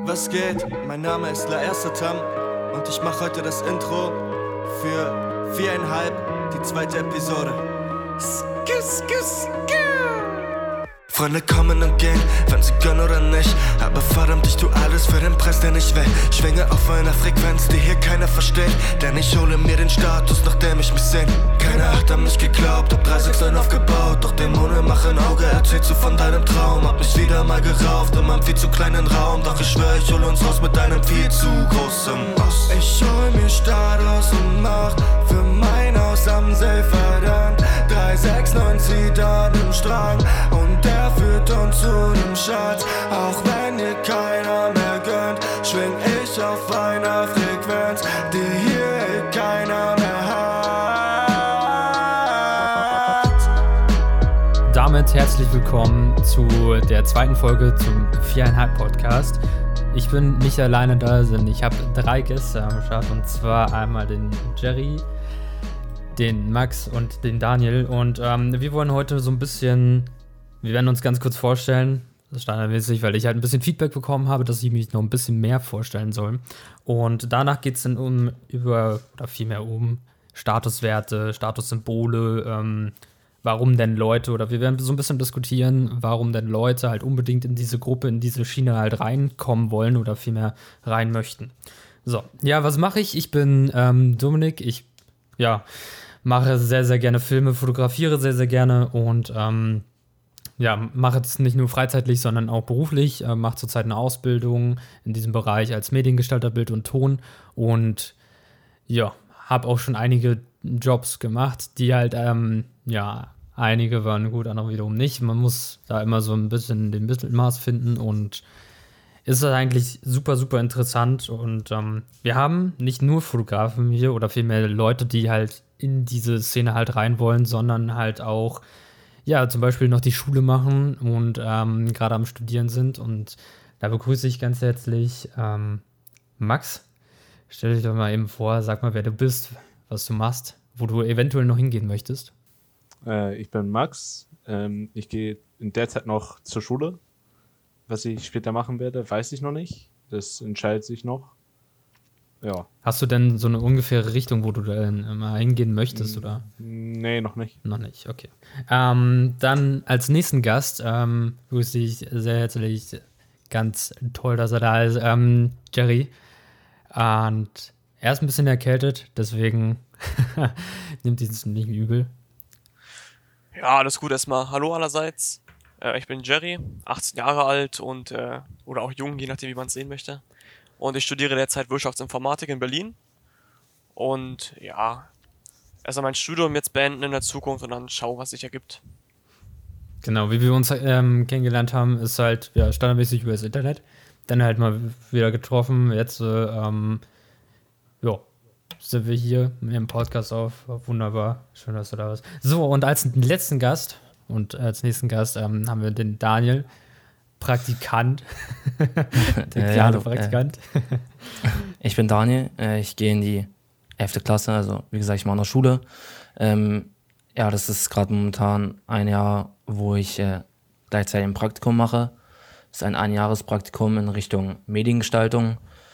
Was geht? Mein Name ist Laer Satam und ich mache heute das Intro für 4,5, die zweite Episode. Freunde kommen und gehen, wenn sie gönnen oder nicht. Aber verdammt, ich tu alles für den Preis, den ich will. Schwinge auf einer Frequenz, die hier keiner versteht. Denn ich hole mir den Status, nachdem ich mich sehn. Keiner hat an mich geglaubt, hab 369 aufgebaut. Doch Dämonen machen Auge, erzählst du von deinem Traum. Hab mich wieder mal gerauft in meinem viel zu kleinen Raum. Doch ich schwör, ich hol uns raus mit einem viel zu großen Boss. Ich hol mir Status und mach für mein Haus am See verdammt. 369 zieht an dem Strang und der führt uns zu dem Schatz. Auch wenn dir keiner mehr gönnt, schwing ich auf einer Frequenz, die hier keiner mehr hat. Damit herzlich willkommen zu der zweiten Folge zum 4,5 Podcast. Ich bin nicht alleine da, sondern ich habe 3 Gäste am Start, und zwar einmal den Jerry, den Max und den Daniel. Und wir wollen heute so ein bisschen, wir werden uns ganz kurz vorstellen, das ist standardmäßig, weil ich halt ein bisschen Feedback bekommen habe, dass ich mich noch ein bisschen mehr vorstellen soll. Und danach geht es dann um Statuswerte, Statussymbole, warum denn Leute, oder wir werden so ein bisschen diskutieren, warum denn Leute halt unbedingt in diese Gruppe, in diese Schiene halt reinkommen wollen oder vielmehr rein möchten. So, ja, was mache ich? Ich bin Dominik, ich mache sehr, sehr gerne Filme, fotografiere sehr, sehr gerne und mache es nicht nur freizeitlich, sondern auch beruflich, mache zurzeit eine Ausbildung in diesem Bereich als Mediengestalter, Bild und Ton und habe auch schon einige Jobs gemacht, die halt, einige waren gut, andere wiederum nicht. Man muss da immer so ein bisschen den Mittelmaß finden und ist das eigentlich super, super interessant. Und wir haben nicht nur Fotografen hier oder vielmehr Leute, die halt in diese Szene halt rein wollen, sondern halt auch, zum Beispiel noch die Schule machen und gerade am Studieren sind. Und da begrüße ich ganz herzlich Max. Stell dich doch mal eben vor, sag mal, wer du bist, was du machst, wo du eventuell noch hingehen möchtest. Ich bin Max. Ich gehe in der Zeit noch zur Schule. Was ich später machen werde, weiß ich noch nicht. Das entscheidet sich noch. Ja. Hast du denn so eine ungefähre Richtung, wo du dann mal hingehen möchtest, oder? Nee, noch nicht. Noch nicht, okay. Dann als nächsten Gast begrüße ich sehr herzlich, ganz toll, dass er da ist, Jerry. Und er ist ein bisschen erkältet, deswegen nimmt ihn es nicht übel. Ja, alles gut erstmal. Hallo allerseits. Ich bin Jerry, 18 Jahre alt und oder auch jung, je nachdem, wie man es sehen möchte. Und ich studiere derzeit Wirtschaftsinformatik in Berlin. Und erstmal mein Studium jetzt beenden in der Zukunft und dann schauen, was sich ergibt. Genau, wie wir uns kennengelernt haben, ist halt standardmäßig über das Internet. Dann halt mal wieder getroffen. Jetzt sind wir hier mit dem Podcast auf. Wunderbar, schön, dass du da bist. So, und als nächsten Gast haben wir den Daniel, Praktikant. Der kleine Praktikant. Ich bin Daniel, ich gehe in die 11. Klasse, also wie gesagt, ich mache noch Schule. Das ist gerade momentan ein Jahr, wo ich gleichzeitig ein Praktikum mache. Das ist ein Einjahrespraktikum in Richtung Mediengestaltung.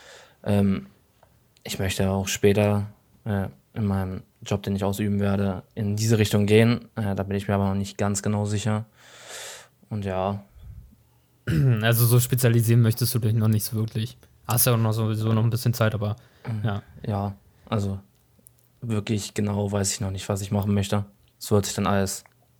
Ich möchte auch später in meinem Job, den ich ausüben werde, in diese Richtung gehen. Da bin ich mir aber noch nicht ganz genau sicher. Und ja. Also so spezialisieren möchtest du dich noch nicht so wirklich. Hast ja auch noch sowieso noch ein bisschen Zeit, aber ja. Ja, also wirklich genau weiß ich noch nicht, was ich machen möchte. Das wird dann alles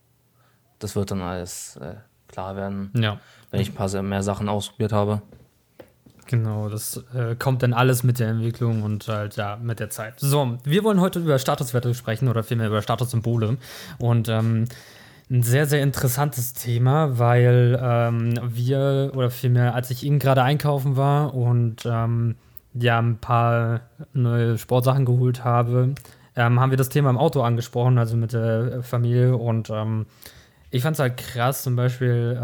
klar werden, wenn ich ein paar mehr Sachen ausprobiert habe. Genau, das kommt dann alles mit der Entwicklung und halt mit der Zeit. So, wir wollen heute über Statuswerte sprechen oder vielmehr über Statussymbole und ein sehr, sehr interessantes Thema, weil als ich eben gerade einkaufen war und ein paar neue Sportsachen geholt habe, haben wir das Thema im Auto angesprochen, also mit der Familie, und ich fand es halt krass, zum Beispiel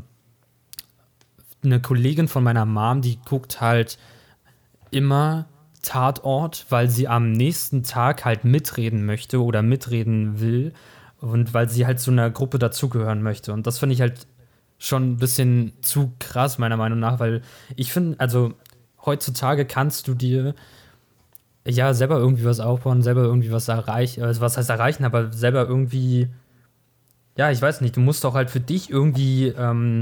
eine Kollegin von meiner Mom, die guckt halt immer Tatort, weil sie am nächsten Tag halt mitreden möchte oder mitreden will und weil sie halt zu einer Gruppe dazugehören möchte. Und das finde ich halt schon ein bisschen zu krass, meiner Meinung nach, weil ich finde, also heutzutage kannst du dir ja selber irgendwie was aufbauen, selber irgendwie was erreichen, also was heißt erreichen, aber selber irgendwie, ja, ich weiß nicht, du musst doch halt für dich irgendwie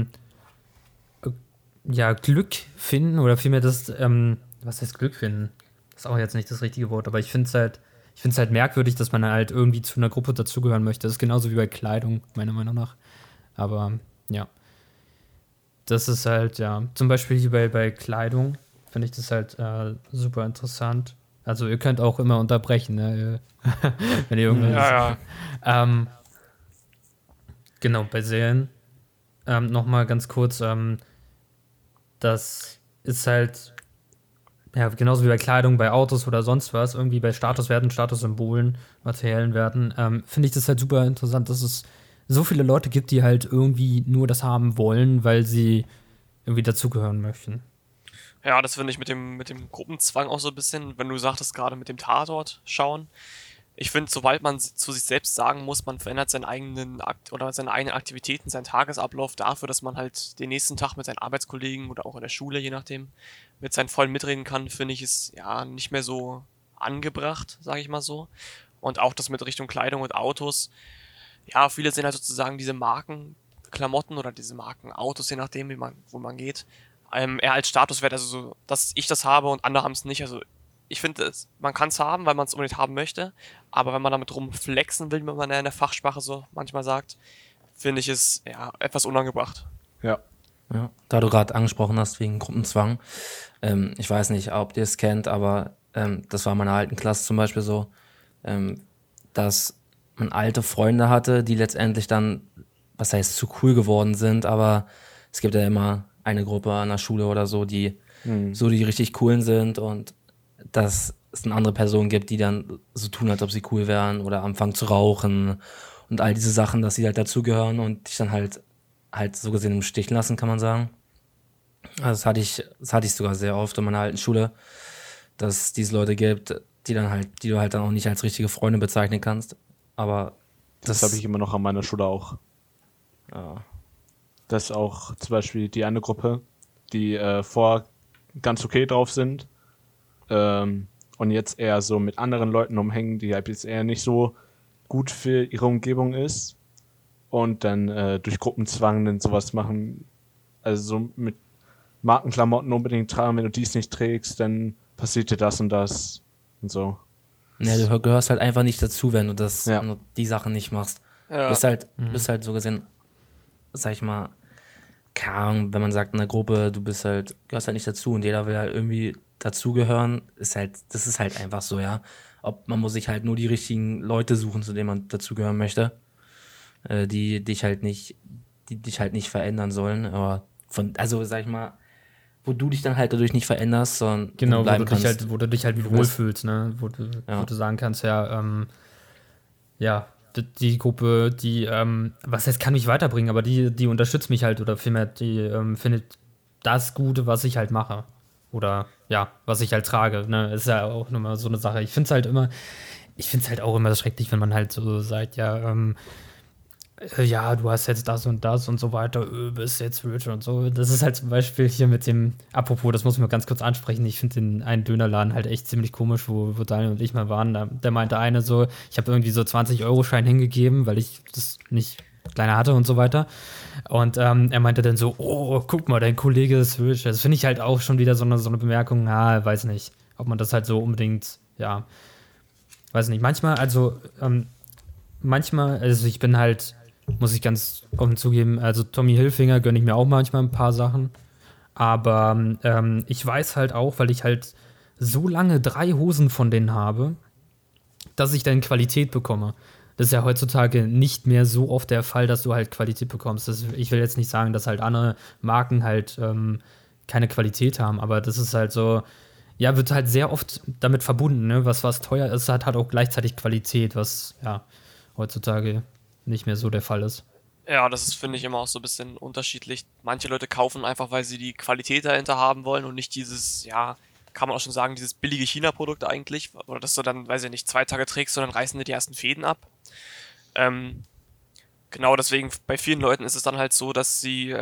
ja, Glück finden oder vielmehr das, was heißt Glück finden? Das ist auch jetzt nicht das richtige Wort, aber ich finde es halt merkwürdig, dass man halt irgendwie zu einer Gruppe dazugehören möchte. Das ist genauso wie bei Kleidung, meiner Meinung nach. Aber ja, das ist halt, ja, zum Beispiel hier bei Kleidung finde ich das halt super interessant. Also ihr könnt auch immer unterbrechen, ne? Wenn ihr irgendwas. Ja, ja. Genau, bei Serien. Nochmal ganz kurz, das ist halt, ja, genauso wie bei Kleidung, bei Autos oder sonst was, irgendwie bei Statuswerten, Statussymbolen, materiellen Werten, finde ich das halt super interessant, dass es so viele Leute gibt, die halt irgendwie nur das haben wollen, weil sie irgendwie dazugehören möchten. Ja, das finde ich mit dem Gruppenzwang auch so ein bisschen, wenn du sagtest, gerade mit dem Tatort schauen. Ich finde, sobald man zu sich selbst sagen muss, man verändert seinen eigenen seine eigenen Aktivitäten, seinen Tagesablauf dafür, dass man halt den nächsten Tag mit seinen Arbeitskollegen oder auch in der Schule, je nachdem, mit seinen Freunden mitreden kann, finde ich es ja nicht mehr so angebracht, sage ich mal so. Und auch das mit Richtung Kleidung und Autos. Ja, viele sehen halt sozusagen diese Marken, Klamotten oder diese Marken Autos, je nachdem, wo man geht, eher als Statuswert, also so, dass ich das habe und andere haben es nicht. Also ich finde, man kann es haben, weil man es unbedingt haben möchte, aber wenn man damit rumflexen will, wie man ja in der Fachsprache so manchmal sagt, finde ich es ja etwas unangebracht. Ja. Ja, da du gerade angesprochen hast wegen Gruppenzwang, ich weiß nicht, ob ihr es kennt, aber das war in meiner alten Klasse zum Beispiel so, dass man alte Freunde hatte, die letztendlich dann, was heißt, zu cool geworden sind, aber es gibt ja immer eine Gruppe an der Schule oder so, die so die richtig coolen sind und dass es eine andere Person gibt, die dann so tun, als ob sie cool wären oder anfangen zu rauchen und all diese Sachen, dass sie halt dazugehören und dich dann halt so gesehen im Stich lassen, kann man sagen. Also das hatte ich sogar sehr oft in meiner alten Schule, dass es diese Leute gibt, die du halt dann auch nicht als richtige Freunde bezeichnen kannst. Aber Das habe ich immer noch an meiner Schule auch. Ja. Das ist auch zum Beispiel die eine Gruppe, die vorher ganz okay drauf sind und jetzt eher so mit anderen Leuten umhängen, die halt jetzt eher nicht so gut für ihre Umgebung ist und dann durch Gruppenzwang dann sowas machen, also so mit Markenklamotten unbedingt tragen, wenn du dies nicht trägst, dann passiert dir das und so. Ja, du gehörst halt einfach nicht dazu, wenn du Ja. nur die Sachen nicht machst. Ja. Bist halt so gesehen, sag ich mal, keine Ahnung, wenn man sagt in der Gruppe, gehörst halt nicht dazu und jeder will halt irgendwie dazugehören, das ist halt einfach so, ja. Man muss sich halt nur die richtigen Leute suchen, zu denen man dazugehören möchte, die dich halt nicht verändern sollen, aber also sag ich mal, wo du dich dann halt dadurch nicht veränderst, sondern Genau, bleiben kannst. wo du dich halt wieder wohlfühlst, ne? Wo du sagen kannst, ja, ja, die Gruppe, die, was heißt, kann mich weiterbringen, aber die unterstützt mich halt oder vielmehr, die findet das Gute, was ich halt mache. Oder ja, was ich halt trage. Ne? Ist ja auch nochmal so eine Sache. Ich finde es halt auch immer schrecklich, wenn man halt so sagt, ja, ja, du hast jetzt das und so weiter, bist jetzt rich und so. Das ist halt zum Beispiel hier mit dem, apropos, das muss ich mal ganz kurz ansprechen, ich finde den einen Dönerladen halt echt ziemlich komisch, wo Daniel und ich mal waren. Der meinte eine so, ich habe irgendwie so 20-Euro-Schein hingegeben, weil ich das nicht kleiner hatte und so weiter. Und er meinte dann so, oh, guck mal, dein Kollege ist rich. Das finde ich halt auch schon wieder so eine Bemerkung, weiß nicht, ob man das halt so unbedingt, ja, weiß nicht. Manchmal, also ich bin halt, muss ich ganz offen zugeben, also Tommy Hilfiger gönne ich mir auch manchmal ein paar Sachen. Aber ich weiß halt auch, weil ich halt so lange 3 Hosen von denen habe, dass ich dann Qualität bekomme. Das ist ja heutzutage nicht mehr so oft der Fall, dass du halt Qualität bekommst. Ich will jetzt nicht sagen, dass halt andere Marken halt keine Qualität haben, aber das ist halt so, ja, wird halt sehr oft damit verbunden, ne? Was teuer ist, hat auch gleichzeitig Qualität, was ja heutzutage nicht mehr so der Fall ist. Ja, das ist, finde ich, immer auch so ein bisschen unterschiedlich. Manche Leute kaufen einfach, weil sie die Qualität dahinter haben wollen und nicht dieses, ja, kann man auch schon sagen, dieses billige China-Produkt eigentlich. Oder dass du dann, weiß ich nicht, 2 Tage trägst und dann reißen dir die ersten Fäden ab. Genau, deswegen bei vielen Leuten ist es dann halt so, dass sie,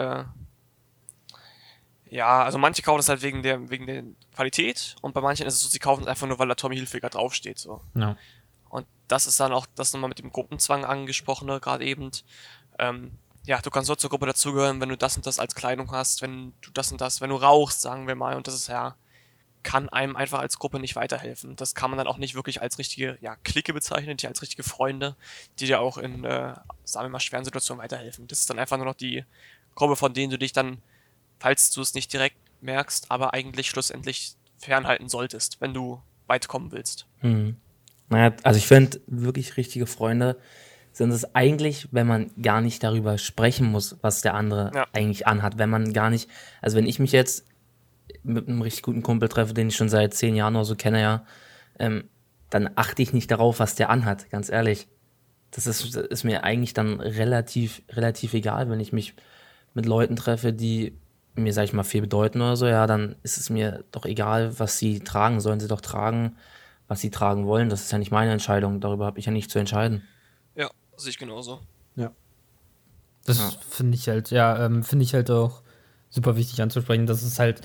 ja, also manche kaufen es halt wegen der Qualität und bei manchen ist es so, sie kaufen es einfach nur, weil da Tommy Hilfiger draufsteht, so. Ja. Und das ist dann auch das nochmal mit dem Gruppenzwang angesprochene, gerade eben. Ja, du kannst nur zur Gruppe dazugehören, wenn du das und das als Kleidung hast, wenn du das und das, wenn du rauchst, sagen wir mal, und das ist ja, kann einem einfach als Gruppe nicht weiterhelfen. Das kann man dann auch nicht wirklich als richtige, ja, Clique bezeichnen, nicht als richtige Freunde, die dir auch in, sagen wir mal, schweren Situationen weiterhelfen. Das ist dann einfach nur noch die Gruppe, von denen du dich dann, falls du es nicht direkt merkst, aber eigentlich schlussendlich fernhalten solltest, wenn du weit kommen willst. Naja, also ich finde, wirklich richtige Freunde sind es eigentlich, wenn man gar nicht darüber sprechen muss, was der andere eigentlich anhat. Wenn man gar nicht, also wenn ich mich jetzt mit einem richtig guten Kumpel treffe, den ich schon seit 10 Jahren oder so kenne, ja, dann achte ich nicht darauf, was der anhat, ganz ehrlich. Das ist mir eigentlich dann relativ egal, wenn ich mich mit Leuten treffe, die mir, sag ich mal, viel bedeuten oder so, ja, dann ist es mir doch egal, was sie tragen. Sollen sie doch tragen, was sie tragen wollen. Das ist ja nicht meine Entscheidung. Darüber habe ich ja nicht zu entscheiden. Ja, sehe ich genauso. Das finde ich halt, finde ich halt auch super wichtig anzusprechen, dass es halt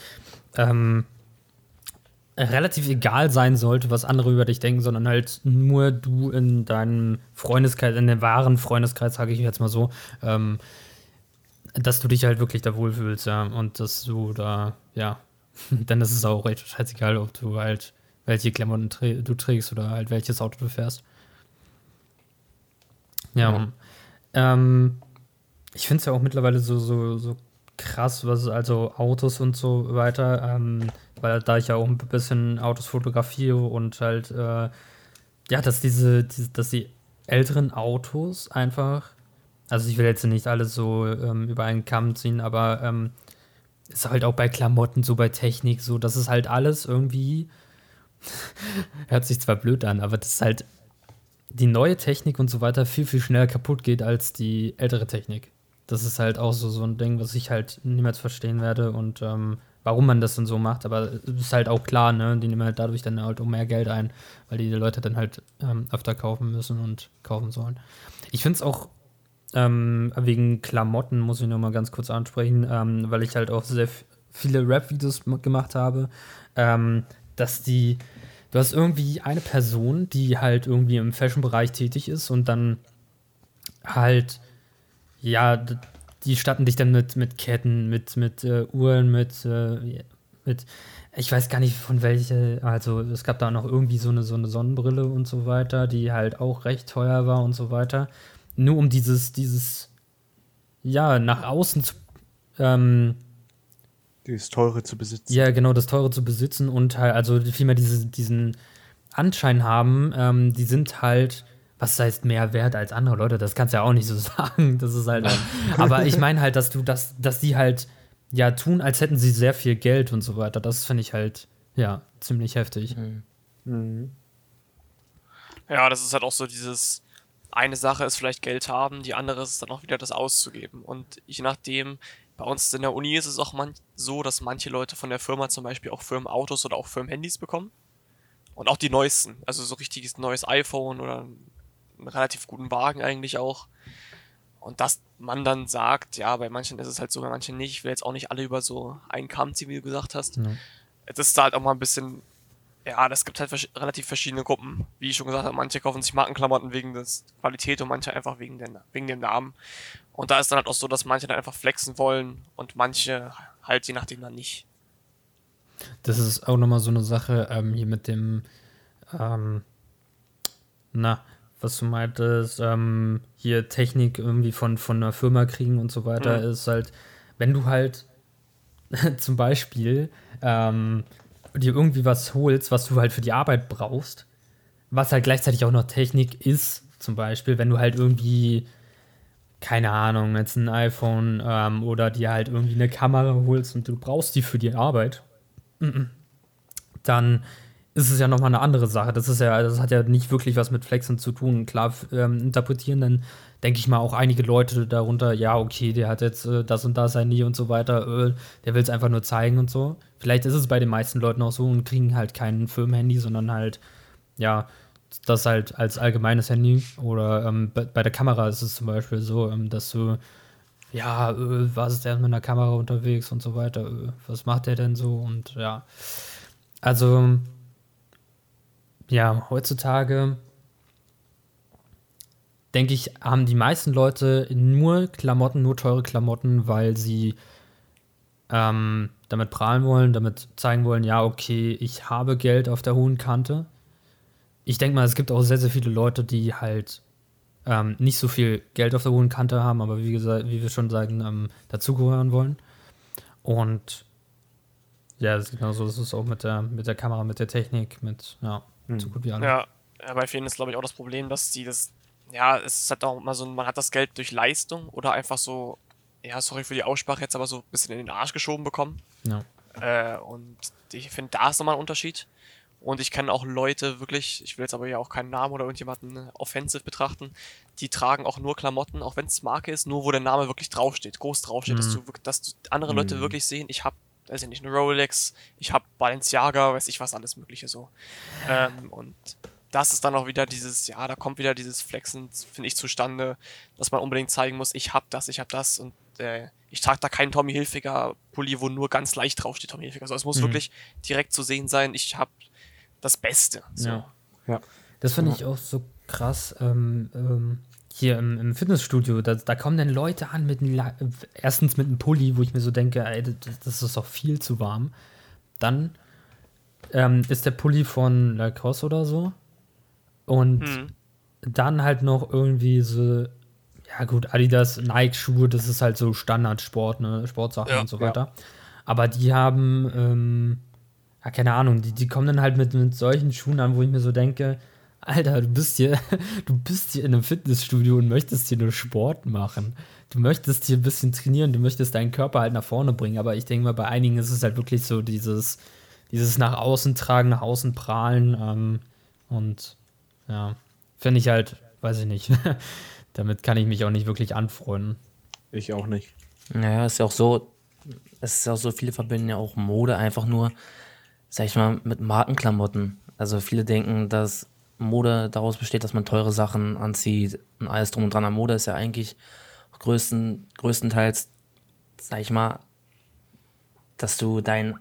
relativ egal sein sollte, was andere über dich denken, sondern halt nur du in deinem Freundeskreis, in dem wahren Freundeskreis, sage ich jetzt mal so, dass du dich halt wirklich da wohlfühlst, ja, und dass du da, ja, dann ist es auch recht scheißegal, ob du halt welche Klamotten du trägst oder halt welches Auto du fährst. Ja. Ich finde es ja auch mittlerweile so krass, was also Autos und so weiter, weil da ich ja auch ein bisschen Autos fotografiere und halt, dass dass die älteren Autos einfach, also ich will jetzt nicht alles so über einen Kamm ziehen, aber ist halt auch bei Klamotten, so bei Technik, so, das ist halt alles irgendwie, hört sich zwar blöd an, aber das ist halt die neue Technik und so weiter viel, viel schneller kaputt geht als die ältere Technik. Das ist halt auch so ein Ding, was ich halt niemals verstehen werde und warum man das dann so macht. Aber es ist halt auch klar, ne? Die nehmen halt dadurch dann halt auch mehr Geld ein, weil die Leute dann halt öfter kaufen müssen und kaufen sollen. Ich finde es auch wegen Klamotten, muss ich noch mal ganz kurz ansprechen, weil ich halt auch sehr viele Rap-Videos gemacht habe, dass du hast irgendwie eine Person, die halt irgendwie im Fashion-Bereich tätig ist und dann halt, ja, die statten dich dann mit Ketten, mit Uhren, mit ich weiß gar nicht von welche, also es gab da noch irgendwie so eine Sonnenbrille und so weiter, die halt auch recht teuer war und so weiter. Nur um dieses ja, nach außen zu dieses Teure zu besitzen. Ja, genau, das Teure zu besitzen und halt, also vielmehr diesen Anschein haben, die sind halt, was heißt mehr wert als andere Leute, das kannst du ja auch nicht so sagen, das ist halt, aber ich meine halt, dass die halt, ja, tun, als hätten sie sehr viel Geld und so weiter, das finde ich halt, ja, ziemlich heftig. Ja, das ist halt auch so dieses, eine Sache ist vielleicht Geld haben, die andere ist dann auch wieder das auszugeben. Und je nachdem, bei uns in der Uni ist es auch so, dass manche Leute von der Firma zum Beispiel auch Firmenautos oder auch Firmenhandys bekommen. Und auch die neuesten, also so richtiges neues iPhone oder einen relativ guten Wagen eigentlich auch. Und dass man dann sagt, ja, bei manchen ist es halt so, bei manchen nicht. Ich will jetzt auch nicht alle über so einen Kamm ziehen, wie du gesagt hast. Ja. Das ist halt auch mal ein bisschen, ja, das gibt halt relativ verschiedene Gruppen. Wie ich schon gesagt habe, manche kaufen sich Markenklamotten wegen der Qualität und manche einfach wegen dem Namen. Und da ist dann halt auch so, dass manche dann einfach flexen wollen und manche halt je nachdem dann nicht. Das ist auch nochmal so eine Sache hier mit dem, was du meintest, hier Technik irgendwie von einer Firma kriegen und so weiter, ist halt, wenn du halt zum Beispiel dir irgendwie was holst, was du halt für die Arbeit brauchst, was halt gleichzeitig auch noch Technik ist, zum Beispiel, wenn du halt irgendwie, keine Ahnung, jetzt ein iPhone oder dir halt irgendwie eine Kamera holst und du brauchst die für die Arbeit, dann ist es ja nochmal eine andere Sache. Das hat ja nicht wirklich was mit Flexen zu tun. Klar, interpretieren dann, denke ich mal, auch einige Leute darunter, ja, okay, der hat jetzt das und das Handy und so weiter, der will es einfach nur zeigen und so. Vielleicht ist es bei den meisten Leuten auch so und kriegen halt kein Firmenhandy, sondern halt, ja, das halt als allgemeines Handy oder bei der Kamera ist es zum Beispiel so, dass du, ja, was ist der mit einer Kamera unterwegs und so weiter, was macht der denn so und ja, also, ja, heutzutage denke ich, haben die meisten Leute nur teure Klamotten, weil sie damit prahlen wollen, damit zeigen wollen, ja, okay, ich habe Geld auf der hohen Kante. Ich denke mal, es gibt auch sehr, sehr viele Leute, die halt nicht so viel Geld auf der hohen Kante haben, aber wie gesagt, wie wir schon sagen, dazugehören wollen. Und ja, das ist genauso, das ist auch mit der Kamera, mit der Technik, mit, ja, so gut wie alles. Ja, bei vielen ist, glaube ich, auch das Problem, dass die das, ja, es ist halt auch immer so, man hat das Geld durch Leistung oder einfach so, ja, sorry für die Aussprache jetzt, aber so ein bisschen in den Arsch geschoben bekommen. Ja. Und ich finde, da ist nochmal ein Unterschied. Und ich kenne auch Leute wirklich, ich will jetzt aber ja auch keinen Namen oder irgendjemanden offensiv betrachten, die tragen auch nur Klamotten, auch wenn es Marke ist, nur wo der Name wirklich draufsteht, groß draufsteht, dass du andere Leute wirklich sehen, ich habe, weiß ich nicht, eine Rolex, ich habe Balenciaga, weiß ich was, alles mögliche so. Und das ist dann auch wieder dieses, ja, da kommt wieder dieses Flexen, finde ich, zustande, dass man unbedingt zeigen muss, ich habe das und ich trage da keinen Tommy Hilfiger Pulli, wo nur ganz leicht draufsteht Tommy Hilfiger. Also es muss wirklich direkt zu sehen sein, ich habe das Beste. So. Ja. Das finde ich auch so krass. Hier im Fitnessstudio, da kommen dann Leute an erstens mit einem Pulli, wo ich mir so denke, ey, das ist doch viel zu warm. Dann ist der Pulli von Lacoste oder so. Und dann halt noch irgendwie so, ja gut, Adidas, Nike-Schuhe, das ist halt so Standardsport, ne, Sportsachen und so weiter. Aber die haben, ja, keine Ahnung, die kommen dann halt mit solchen Schuhen an, wo ich mir so denke, Alter, du bist hier in einem Fitnessstudio und möchtest hier nur Sport machen. Du möchtest hier ein bisschen trainieren, du möchtest deinen Körper halt nach vorne bringen. Aber ich denke mal, bei einigen ist es halt wirklich so dieses nach außen tragen, nach außen prahlen. Und ja, finde ich halt, weiß ich nicht. Damit kann ich mich auch nicht wirklich anfreunden. Ich auch nicht. Naja, es ist ja auch so, viele verbinden ja auch Mode einfach nur, sag ich mal, mit Markenklamotten. Also viele denken, dass Mode daraus besteht, dass man teure Sachen anzieht und alles drum und dran. An Mode ist ja eigentlich größtenteils, sag ich mal, dass du dein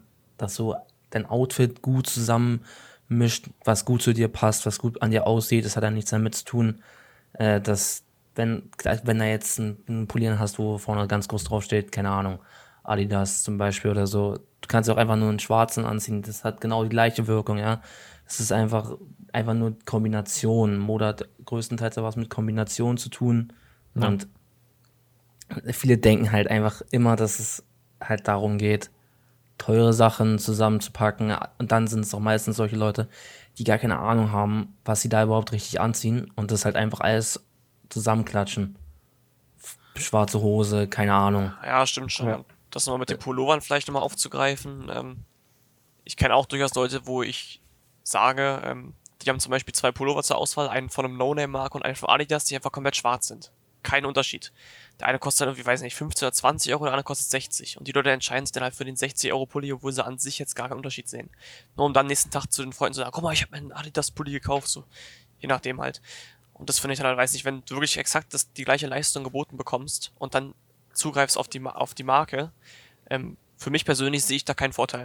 Outfit gut zusammenmischt, was gut zu dir passt, was gut an dir aussieht. Das hat ja nichts damit zu tun, dass wenn da jetzt ein Pulli hast, wo vorne ganz groß draufsteht, keine Ahnung, Adidas zum Beispiel oder so, du kannst auch einfach nur einen schwarzen anziehen, das hat genau die gleiche Wirkung, ja. Es ist einfach nur Kombination. Mode hat größtenteils was mit Kombination zu tun. Ja. Und viele denken halt einfach immer, dass es halt darum geht, teure Sachen zusammenzupacken. Und dann sind es auch meistens solche Leute, die gar keine Ahnung haben, was sie da überhaupt richtig anziehen. Und das halt einfach alles zusammenklatschen. Schwarze Hose, keine Ahnung. Ja, stimmt schon. Ja. Das nochmal mit den Pullovern vielleicht nochmal aufzugreifen. Ich kenne auch durchaus Leute, wo ich sage, die haben zum Beispiel 2 Pullover zur Auswahl, einen von einem No-Name-Marke und einen von Adidas, die einfach komplett schwarz sind. Kein Unterschied. Der eine kostet irgendwie, weiß nicht, 15 oder 20 Euro, der andere kostet 60. Und die Leute entscheiden sich dann halt für den 60-Euro-Pulli, obwohl sie an sich jetzt gar keinen Unterschied sehen. Nur um dann nächsten Tag zu den Freunden zu sagen, guck mal, ich habe mir einen Adidas-Pulli gekauft, so. Je nachdem halt. Und das finde ich dann halt, weiß nicht, wenn du wirklich exakt die gleiche Leistung geboten bekommst und dann zugreifst auf die Marke, für mich persönlich sehe ich da keinen Vorteil.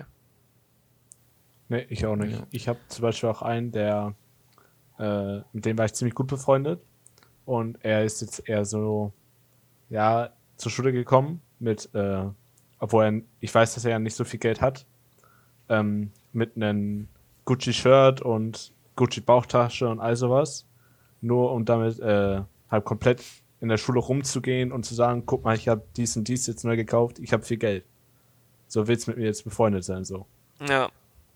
Nee, ich auch nicht. Ja. Ich habe zum Beispiel auch einen, mit dem war ich ziemlich gut befreundet. Und er ist jetzt eher so, ja, zur Schule gekommen obwohl ich weiß, dass er ja nicht so viel Geld hat, mit einem Gucci-Shirt und Gucci-Bauchtasche und all sowas. Nur um damit halt komplett in der Schule rumzugehen und zu sagen, guck mal, ich habe dies und dies jetzt neu gekauft, ich habe viel Geld. So willst du mit mir jetzt befreundet sein, so. Ja.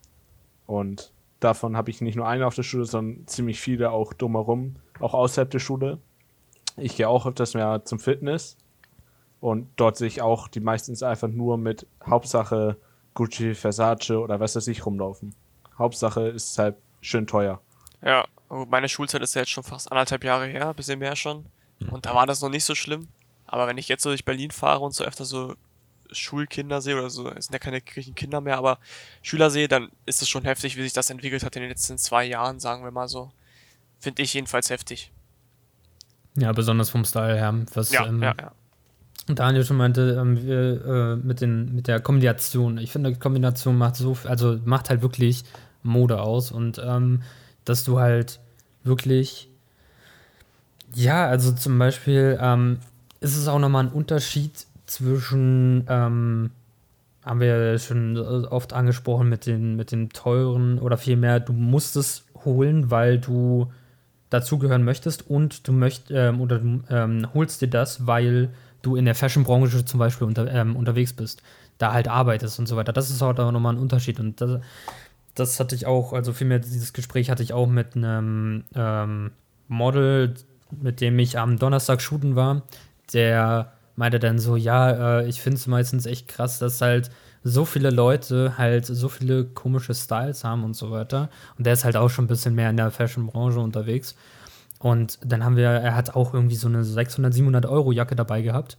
Und davon habe ich nicht nur einen auf der Schule, sondern ziemlich viele auch drumherum, auch außerhalb der Schule. Ich gehe auch öfters mehr zum Fitness und dort sehe ich auch die meistens einfach nur mit Hauptsache Gucci, Versace oder was weiß ich rumlaufen. Hauptsache ist halt schön teuer. Ja, meine Schulzeit ist ja jetzt schon fast 1,5 Jahre her, ein bisschen mehr schon. Und da war das noch nicht so schlimm. Aber wenn ich jetzt so durch Berlin fahre und so öfter so Schulkinder sehe oder so, es sind ja keine wirklichen Kinder mehr, aber Schüler sehe, dann ist es schon heftig, wie sich das entwickelt hat in den letzten 2 Jahren, sagen wir mal so. finde ich jedenfalls heftig. Ja, besonders vom Style her. Was Ja. Daniel schon meinte, mit der Kombination. Ich finde, die Kombination macht halt wirklich Mode aus und dass du halt wirklich, ja, also zum Beispiel ist es auch nochmal ein Unterschied zwischen, haben wir ja schon oft angesprochen mit den teuren oder vielmehr, du musst es holen, weil du dazugehören möchtest und du holst dir das, weil du in der Fashion-Branche zum Beispiel unterwegs bist, da halt arbeitest und so weiter. Das ist auch nochmal ein Unterschied und das hatte ich auch, also vielmehr dieses Gespräch hatte ich auch mit einem Model, mit dem ich am Donnerstag shooten war, der meinte dann so, ja, ich finde es meistens echt krass, dass halt so viele Leute halt so viele komische Styles haben und so weiter. Und der ist halt auch schon ein bisschen mehr in der Fashion-Branche unterwegs. Und dann er hat auch irgendwie so eine 600, 700 Euro Jacke dabei gehabt.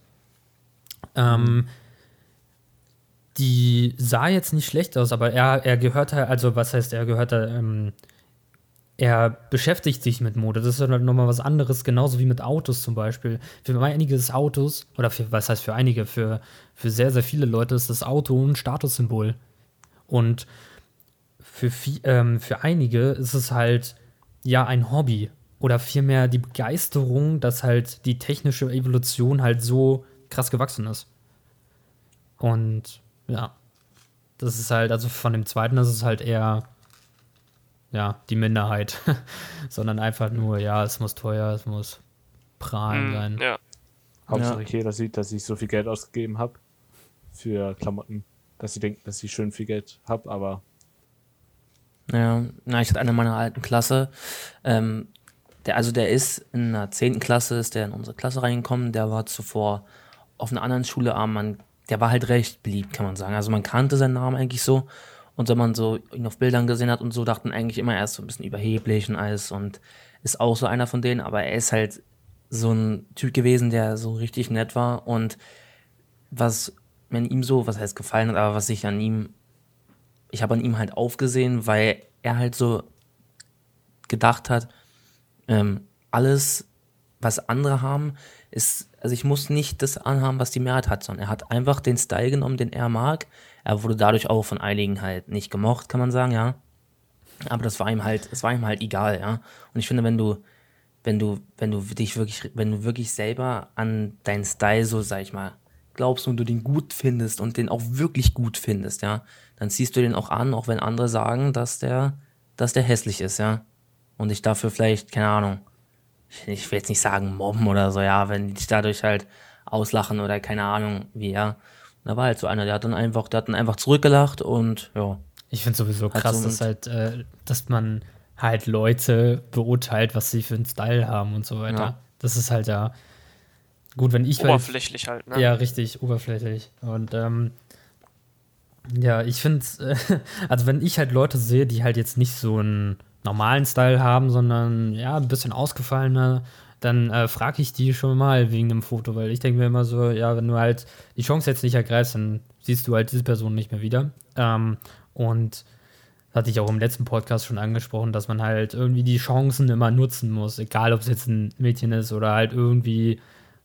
Die sah jetzt nicht schlecht aus, aber er gehört halt, also was heißt, er beschäftigt sich mit Mode. Das ist halt nochmal was anderes, genauso wie mit Autos zum Beispiel. Für einige ist Autos, oder was heißt für einige, für sehr, sehr viele Leute ist das Auto ein Statussymbol. Und für einige ist es halt, ja, ein Hobby. Oder vielmehr die Begeisterung, dass halt die technische Evolution halt so krass gewachsen ist. Und ja, das ist halt, also von dem zweiten, das ist halt eher, ja, die Minderheit. Sondern einfach nur, ja, es muss teuer, es muss prahlen sein. Ja. Hauptsache jeder sieht, dass ich so viel Geld ausgegeben habe für Klamotten, dass sie denken, dass ich schön viel Geld habe, aber Ja, ich hatte eine meiner alten Klasse, der ist in der 10. Klasse, ist der in unsere Klasse reingekommen, der war zuvor auf einer anderen Schule, aber der war halt recht beliebt, kann man sagen. Also man kannte seinen Namen eigentlich so und wenn man so ihn auf Bildern gesehen hat und so, dachten eigentlich immer, er ist so ein bisschen überheblich und alles und ist auch so einer von denen, aber er ist halt so ein Typ gewesen, der so richtig nett war und was mir an ihm so, was heißt gefallen hat, aber ich habe an ihm halt aufgesehen, weil er halt so gedacht hat, alles, was andere haben, ist, also ich muss nicht das anhaben, was die Mehrheit hat, sondern er hat einfach den Style genommen, den er mag. Er wurde dadurch auch von einigen halt nicht gemocht, kann man sagen, ja. Aber das war ihm halt egal, ja. Und ich finde, wenn du wirklich selber an deinen Style so, sag ich mal, glaubst und du den gut findest und den auch wirklich gut findest, ja, dann ziehst du den auch an, auch wenn andere sagen, dass der hässlich ist, ja. Und dich dafür vielleicht, keine Ahnung, ich will jetzt nicht sagen mobben oder so, ja, wenn die dich dadurch halt auslachen oder keine Ahnung wie, ja. Und da war halt so einer, der hat dann einfach zurückgelacht und ja. Ich finde sowieso Halt krass, so dass man halt Leute beurteilt, was sie für einen Style haben und so weiter. Ja. Das ist halt ja gut, wenn ich Oberflächlich halt, ne? Ja, richtig, oberflächlich. Und ja, ich finde also wenn ich halt Leute sehe, die halt jetzt nicht so einen normalen Style haben, sondern ja, ein bisschen ausgefallener, dann frage ich die schon mal wegen dem Foto, weil ich denke mir immer so, ja, wenn du halt die Chance jetzt nicht ergreifst, dann siehst du halt diese Person nicht mehr wieder. Und das hatte ich auch im letzten Podcast schon angesprochen, dass man halt irgendwie die Chancen immer nutzen muss, egal ob es jetzt ein Mädchen ist oder halt irgendwie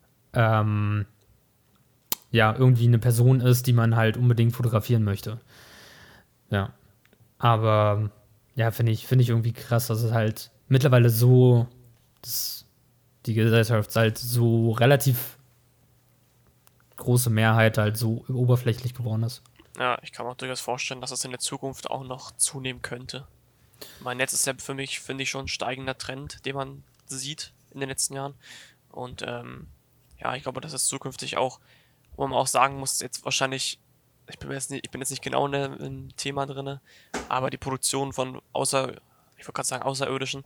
irgendwie eine Person ist, die man halt unbedingt fotografieren möchte. Ja. Aber ja, finde ich irgendwie krass, dass es halt mittlerweile so, dass die Gesellschaft halt so relativ große Mehrheit halt so oberflächlich geworden ist. Ja, ich kann mir auch durchaus vorstellen, dass es in der Zukunft auch noch zunehmen könnte. Mein Netz ist ja für mich, finde ich, schon ein steigender Trend, den man sieht in den letzten Jahren. Und ja, ich glaube, dass es zukünftig auch, wo man auch sagen muss, jetzt wahrscheinlich, ich bin jetzt nicht genau im Thema drin, aber die Produktion von ausländischen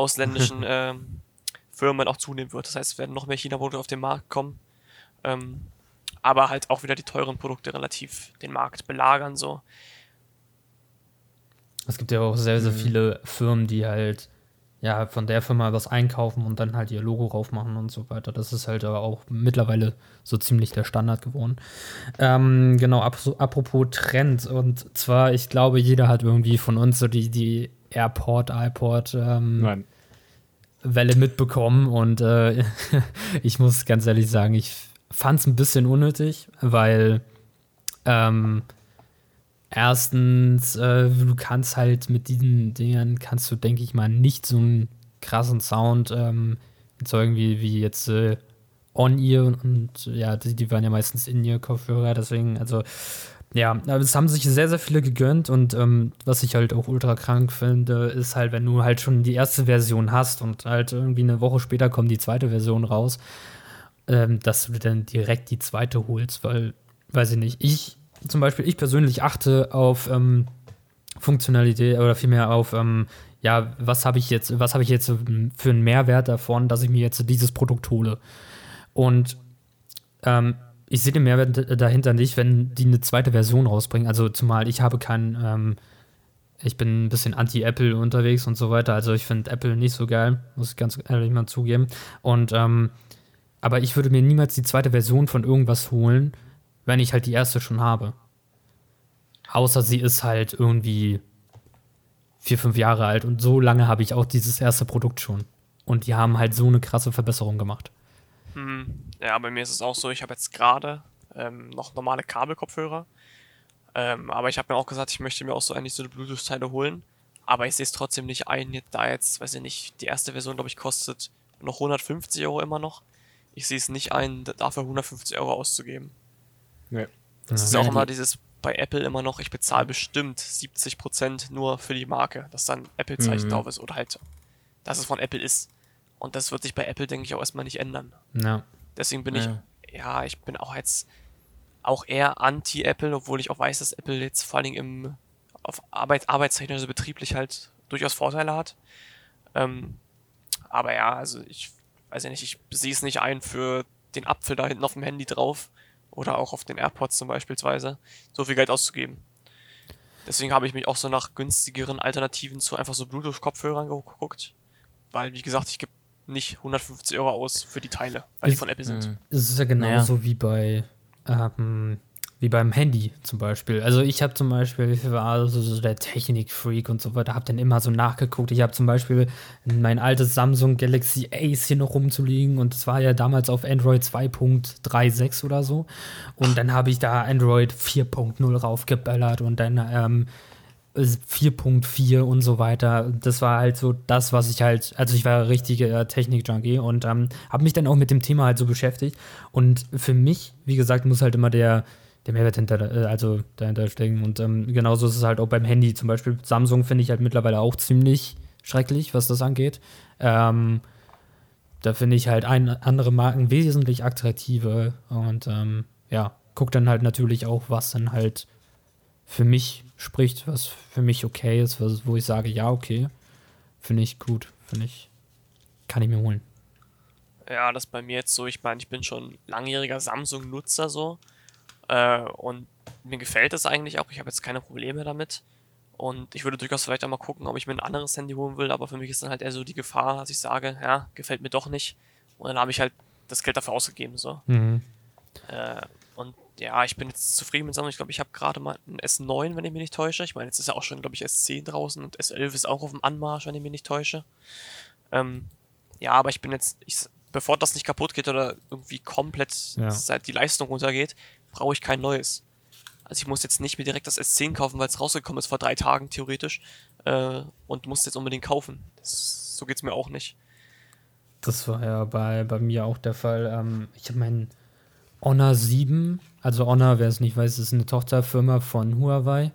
Firmen auch zunehmen wird. Das heißt, es werden noch mehr China-Produkte auf den Markt kommen, aber halt auch wieder die teuren Produkte relativ den Markt belagern, so. Es gibt ja auch sehr, sehr viele Firmen, die halt ja von der Firma was einkaufen und dann halt ihr Logo raufmachen und so weiter. Das ist halt aber auch mittlerweile so ziemlich der Standard geworden. Genau, apropos Trend. Und zwar, ich glaube, jeder hat irgendwie von uns so die iPod, nein. Welle mitbekommen und ich muss ganz ehrlich sagen, ich fand es ein bisschen unnötig, weil erstens, du kannst halt mit diesen Dingern, denke ich mal, nicht so einen krassen Sound erzeugen wie jetzt On-Ear und ja, die waren ja meistens In-Ear-Kopfhörer, deswegen, also ja, aber es haben sich sehr, sehr viele gegönnt und was ich halt auch ultra krank finde, ist halt, wenn du halt schon die erste Version hast und halt irgendwie eine Woche später kommt die zweite Version raus, dass du dann direkt die zweite holst, weil, weiß ich nicht, ich persönlich achte auf Funktionalität oder vielmehr auf, ja, was habe ich jetzt für einen Mehrwert davon, dass ich mir jetzt dieses Produkt hole. Und ich sehe den Mehrwert dahinter nicht, wenn die eine zweite Version rausbringen. Also zumal ich habe ich bin ein bisschen anti-Apple unterwegs und so weiter. Also ich finde Apple nicht so geil, muss ich ganz ehrlich mal zugeben. Und aber ich würde mir niemals die zweite Version von irgendwas holen, wenn ich halt die erste schon habe. Außer sie ist halt irgendwie 4, 5 Jahre alt und so lange habe ich auch dieses erste Produkt schon. Und die haben halt so eine krasse Verbesserung gemacht. Ja, bei mir ist es auch so, ich habe jetzt gerade noch normale Kabelkopfhörer. Aber ich habe mir auch gesagt, ich möchte mir auch so eigentlich so eine Bluetooth-Teile holen. Aber ich sehe es trotzdem nicht ein, da jetzt, weiß ich nicht, die erste Version, glaube ich, kostet noch 150 € immer noch. Ich sehe es nicht ein, dafür 150 € auszugeben. Nee. Das ist auch immer dieses bei Apple immer noch, ich bezahle bestimmt 70% nur für die Marke, dass dann Apple-Zeichen drauf ist oder halt, dass es von Apple ist. Und das wird sich bei Apple, denke ich, auch erstmal nicht ändern. Ja. Deswegen bin ich bin auch jetzt auch eher anti-Apple, obwohl ich auch weiß, dass Apple jetzt vor allen Dingen auf arbeitstechnisch, also betrieblich halt durchaus Vorteile hat. Aber ja, also ich weiß ja nicht, ich sehe es nicht ein, für den Apfel da hinten auf dem Handy drauf oder auch auf den AirPods zum Beispielsweise so viel Geld auszugeben. Deswegen habe ich mich auch so nach günstigeren Alternativen zu einfach so Bluetooth-Kopfhörern geguckt, weil, wie gesagt, ich gebe nicht 150 € aus für die Teile, weil die von Apple sind. Es ist ja genauso wie beim Handy zum Beispiel. Also ich habe zum Beispiel, ich war so der Technik-Freak und so weiter, habe dann immer so nachgeguckt. Ich habe zum Beispiel mein altes Samsung Galaxy Ace hier noch rumzuliegen und das war ja damals auf Android 2.36 oder so. Und dann habe ich da Android 4.0 raufgeballert und dann 4.4 und so weiter. Das war halt so das, was ich halt, also ich war richtiger Technik-Junkie und habe mich dann auch mit dem Thema halt so beschäftigt. Und für mich, wie gesagt, muss halt immer der Mehrwert dahinter stecken. Und genauso ist es halt auch beim Handy. Zum Beispiel Samsung finde ich halt mittlerweile auch ziemlich schrecklich, was das angeht. Da finde ich halt andere Marken wesentlich attraktiver und guck dann halt natürlich auch, was dann halt für mich spricht, was für mich okay ist, wo ich sage, ja, okay, finde ich gut, kann ich mir holen. Ja, das ist bei mir jetzt so, ich meine, ich bin schon langjähriger Samsung-Nutzer so und mir gefällt es eigentlich auch, ich habe jetzt keine Probleme damit und ich würde durchaus vielleicht auch mal gucken, ob ich mir ein anderes Handy holen will, aber für mich ist dann halt eher so die Gefahr, dass ich sage, ja, gefällt mir doch nicht und dann habe ich halt das Geld dafür ausgegeben, so. Und ja, ich bin jetzt zufrieden mit Samsung. Ich glaube, ich habe gerade mal ein S9, wenn ich mich nicht täusche. Ich meine, jetzt ist ja auch schon, glaube ich, S10 draußen und S11 ist auch auf dem Anmarsch, wenn ich mich nicht täusche. Ja, aber ich bin jetzt, bevor das nicht kaputt geht oder irgendwie komplett seit die Leistung runtergeht, brauche ich kein neues. Also ich muss jetzt nicht mir direkt das S10 kaufen, weil es rausgekommen ist vor 3 Tagen theoretisch und muss jetzt unbedingt kaufen. So geht's mir auch nicht. Das war ja bei mir auch der Fall. Ich habe meinen Honor 7, also Honor, wer es nicht weiß, ist eine Tochterfirma von Huawei.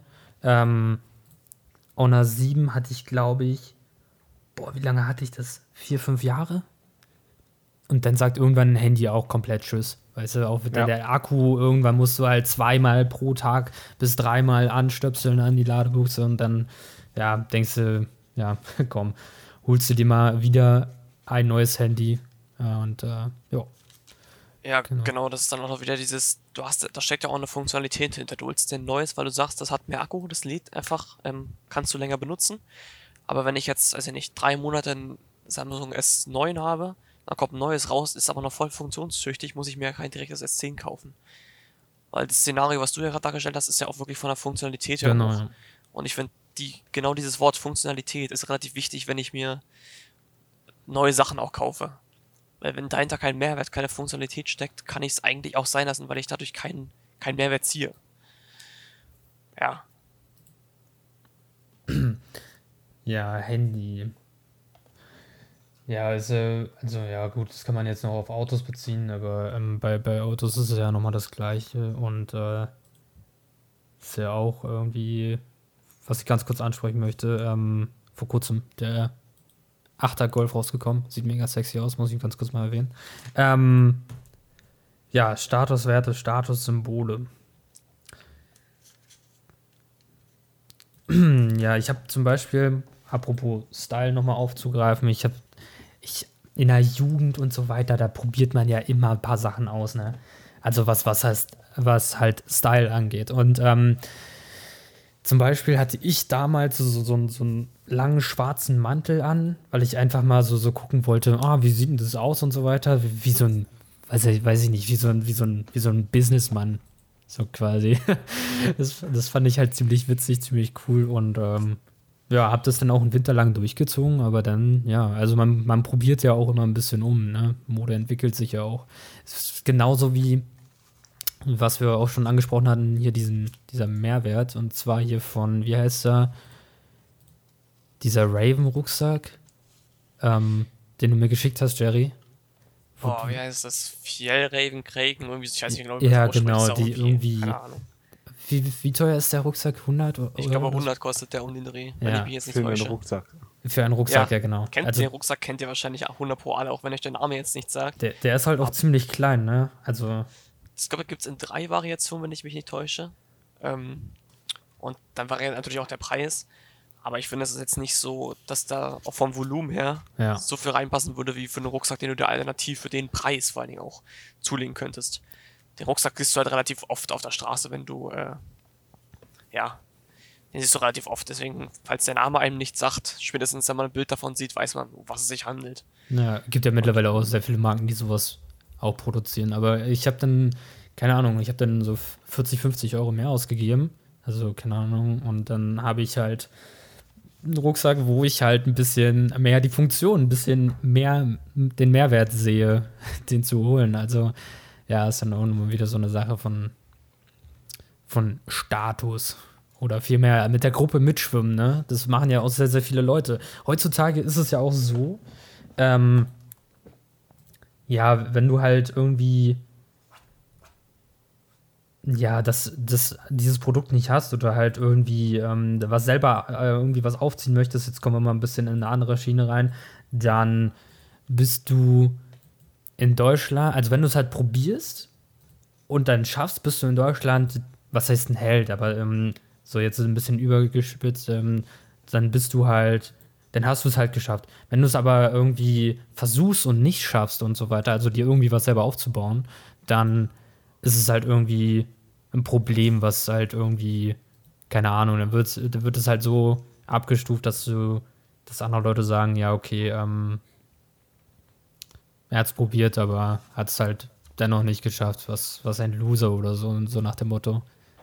Honor 7 hatte ich, glaube ich, wie lange hatte ich das? 4, 5 Jahre? Und dann sagt irgendwann ein Handy auch komplett Tschüss. Weißt du, auch der Akku, irgendwann musst du halt 2-mal pro Tag bis 3-mal anstöpseln an die Ladebuchse und dann, denkst du, komm, holst du dir mal wieder ein neues Handy und Ja, genau, das ist dann auch noch wieder dieses, da steckt ja auch eine Funktionalität hinter. Du holst dir ein neues, weil du sagst, das hat mehr Akku, das lädt einfach, kannst du länger benutzen. Aber wenn ich jetzt, also nicht 3 Monate ein Samsung S9 habe, dann kommt ein neues raus, ist aber noch voll funktionstüchtig, muss ich mir kein direktes S10 kaufen. Weil das Szenario, was du ja gerade dargestellt hast, ist ja auch wirklich von der Funktionalität her Genau, hoch. ja. Und ich finde, genau dieses Wort Funktionalität ist relativ wichtig, wenn ich mir neue Sachen auch kaufe. Weil wenn dahinter kein Mehrwert, keine Funktionalität steckt, kann ich es eigentlich auch sein lassen, weil ich dadurch keinen Mehrwert ziehe. Ja. Ja, Handy. Ja, also ja gut, das kann man jetzt noch auf Autos beziehen, aber bei Autos ist es ja nochmal das Gleiche und ist ja auch irgendwie, was ich ganz kurz ansprechen möchte, vor kurzem der 8er Golf rausgekommen, sieht mega sexy aus, muss ich ganz kurz mal erwähnen. Ja, Statuswerte, Statussymbole. Ja, ich habe zum Beispiel, apropos Style nochmal aufzugreifen, ich in der Jugend und so weiter, da probiert man ja immer ein paar Sachen aus, ne? Also was halt Style angeht. Und zum Beispiel hatte ich damals so einen langen schwarzen Mantel an, weil ich einfach mal so gucken wollte, wie sieht denn das aus und so weiter, wie so ein, weiß ich nicht, wie so ein Businessmann, so quasi. Das fand ich halt ziemlich witzig, ziemlich cool und ja, hab das dann auch einen Winter lang durchgezogen, aber dann, ja, also man probiert ja auch immer ein bisschen ne? Mode entwickelt sich ja auch. Es ist genauso wie, was wir auch schon angesprochen hatten, hier dieser Mehrwert, und zwar hier von, wie heißt er, dieser Raven-Rucksack, den du mir geschickt hast, Jerry. Wie heißt das? Fjellraven, Kraken, irgendwie, ich weiß nicht genau, ja, das ausspricht, genau, ist die irgendwie, keine Ahnung. Wie teuer ist der Rucksack? 100? Ich glaube, 100 kostet der um den Dreh, wenn ich mich jetzt nicht Für einen täusche. Rucksack. Für einen Rucksack, ja genau. Den Rucksack kennt ihr wahrscheinlich auch 100 pro alle, auch wenn euch der Name jetzt nicht sagt. Der ist halt auch ziemlich klein, ne? Also. Ich glaube, gibt es in 3 Variationen, wenn ich mich nicht täusche. Und dann variiert natürlich auch der Preis. Aber ich finde, es ist jetzt nicht so, dass da auch vom Volumen her so viel reinpassen würde, wie für einen Rucksack, den du dir alternativ für den Preis vor allen Dingen auch zulegen könntest. Den Rucksack siehst du halt relativ oft auf der Straße, wenn du, den siehst du relativ oft. Deswegen, falls der Name einem nichts sagt, spätestens wenn man ein Bild davon sieht, weiß man, um was es sich handelt. Ja, gibt ja mittlerweile auch sehr viele Marken, die sowas auch produzieren. Aber ich habe dann, keine Ahnung, so 40, 50 Euro mehr ausgegeben. Also, keine Ahnung. Und dann habe ich halt einen Rucksack, wo ich halt ein bisschen mehr die Funktion, ein bisschen mehr den Mehrwert sehe, den zu holen. Also, ja, ist dann auch immer wieder so eine Sache von Status. Oder vielmehr mit der Gruppe mitschwimmen, ne? Das machen ja auch sehr, sehr viele Leute. Heutzutage ist es ja auch so, ja, wenn du halt irgendwie dieses Produkt nicht hast oder halt irgendwie was selber irgendwie was aufziehen möchtest, jetzt kommen wir mal ein bisschen in eine andere Schiene rein, dann bist du in Deutschland, also wenn du es halt probierst und dann schaffst, bist du in Deutschland, was heißt ein Held, aber so jetzt ein bisschen übergespitzt, dann bist du halt, dann hast du es halt geschafft. Wenn du es aber irgendwie versuchst und nicht schaffst und so weiter, also dir irgendwie was selber aufzubauen, dann ist es halt irgendwie ein Problem, was halt irgendwie, keine Ahnung, dann wird es halt so abgestuft, dass andere Leute sagen, ja, okay, er hat es probiert, aber hat es halt dennoch nicht geschafft, was ein Loser oder so nach dem Motto.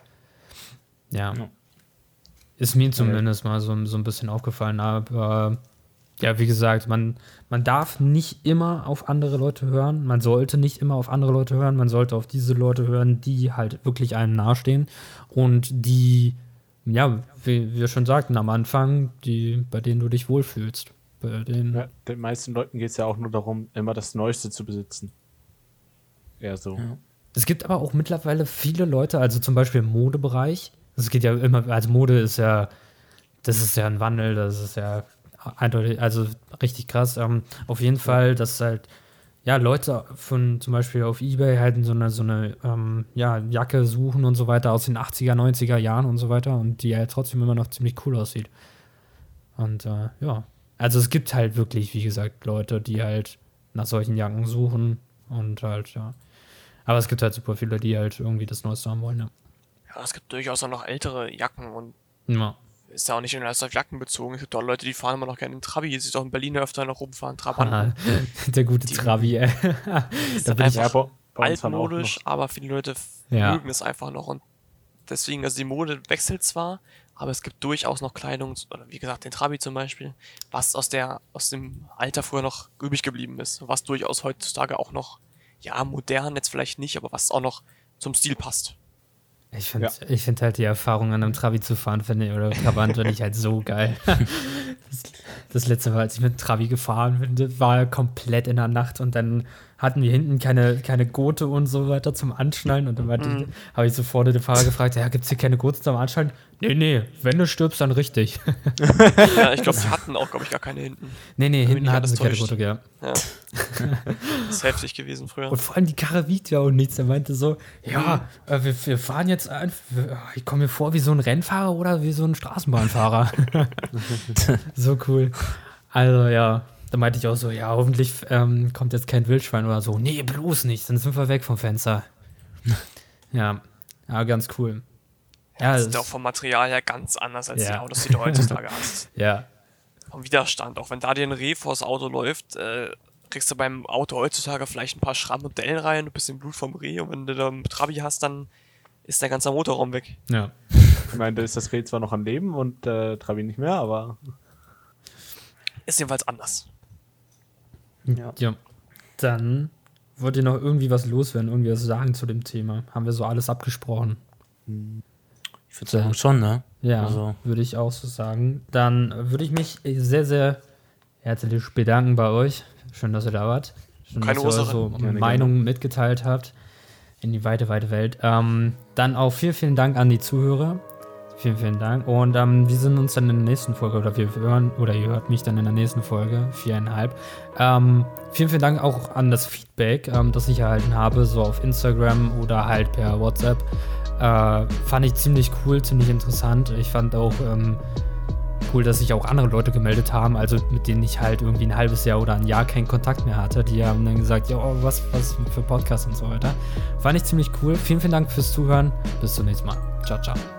Ja. Ist mir zumindest mal so ein bisschen aufgefallen, aber ja, wie gesagt, man darf nicht immer auf andere Leute hören, man sollte nicht immer auf andere Leute hören, man sollte auf diese Leute hören, die halt wirklich einem nahestehen und die, ja, wie wir schon sagten am Anfang, bei denen du dich wohlfühlst. Den meisten Leuten geht es ja auch nur darum, immer das Neueste zu besitzen. Eher so. Ja. Es gibt aber auch mittlerweile viele Leute, also zum Beispiel im Modebereich, es geht ja immer, also Mode ist ja, das ist ja ein Wandel, das ist ja eindeutig, also richtig krass. Auf jeden Fall, dass halt, ja, Leute von zum Beispiel auf eBay halt so eine Jacke suchen und so weiter aus den 80er, 90er Jahren und so weiter und die halt trotzdem immer noch ziemlich cool aussieht. Und ja, also es gibt halt wirklich, wie gesagt, Leute, die halt nach solchen Jacken suchen und halt, ja. Aber es gibt halt super viele, die halt irgendwie das Neueste haben wollen, ja. Ja, es gibt durchaus auch noch ältere Jacken und Ja. ist ja auch nicht nur auf Jacken bezogen. Es gibt auch Leute, die fahren immer noch gerne in Trabi. Die sich auch in Berlin öfter noch rumfahren. Trabanten. Der gute Trabi, ey. Da bin ich einfach altmodisch, aber viele Leute mögen es einfach noch. Und deswegen, also die Mode wechselt zwar, aber es gibt durchaus noch Kleidung, oder wie gesagt, den Trabi zum Beispiel, was aus dem Alter früher noch übrig geblieben ist, was durchaus heutzutage auch noch, ja, modern jetzt vielleicht nicht, aber was auch noch zum Stil passt. Ich find halt die Erfahrung, an einem Trabi zu fahren, oder Trabant, finde ich halt so geil. Das letzte Mal, als ich mit Trabi gefahren bin, das war komplett in der Nacht und dann hatten wir hinten keine Gurte und so weiter zum Anschnallen und dann habe ich sofort den Fahrer gefragt, ja, gibt's hier keine Gurte zum Anschnallen? Nee, wenn du stirbst, dann richtig. Ja, ich glaube, sie hatten auch, gar keine hinten. Nee, hinten hatten sie keine Gurte, ja. Das ist heftig gewesen früher. Und vor allem die Karre wiegt ja auch nichts. Er meinte so, ja, wir fahren jetzt einfach, ich komme mir vor wie so ein Rennfahrer oder wie so ein Straßenbahnfahrer. So cool. Also ja, da meinte ich auch so, ja, hoffentlich kommt jetzt kein Wildschwein oder so. Nee, bloß nicht, dann sind wir weg vom Fenster. Ja, ganz cool. Ja, das ist auch vom Material her ganz anders als die Autos, die du heutzutage hast. Ja. Vom Widerstand. Auch wenn da dir ein Reh vors Auto läuft, kriegst du beim Auto heutzutage vielleicht ein paar Schramm und Dellen rein, ein bisschen Blut vom Reh und wenn du da einen Trabi hast, dann ist der ganze Motorraum weg. Ja. Ich meine, da ist das Reh zwar noch am Leben und Trabi nicht mehr, aber ist jedenfalls anders. Ja. Dann wollt ihr noch irgendwie was loswerden, irgendwie was sagen zu dem Thema? Haben wir so alles abgesprochen? Ich würde sagen schon, ne? Ja, Also. würde ich auch so sagen. Dann würde ich mich sehr, sehr herzlich bedanken bei euch. Schön, dass ihr da wart. Schön, Keine dass ihr Ursache. so Meinungen mitgeteilt habt in die weite, weite Welt. Dann auch vielen, vielen Dank an die Zuhörer. Vielen, vielen Dank. Und wir sehen uns dann in der nächsten Folge, ihr hört mich dann in der nächsten Folge, 4,5. Vielen, vielen Dank auch an das Feedback, das ich erhalten habe, so auf Instagram oder halt per WhatsApp. Fand ich ziemlich cool, ziemlich interessant. Ich fand auch cool, dass sich auch andere Leute gemeldet haben, also mit denen ich halt irgendwie ein halbes Jahr oder ein Jahr keinen Kontakt mehr hatte. Die haben dann gesagt, ja, was für Podcasts und so weiter. Fand ich ziemlich cool. Vielen, vielen Dank fürs Zuhören. Bis zum nächsten Mal. Ciao, ciao.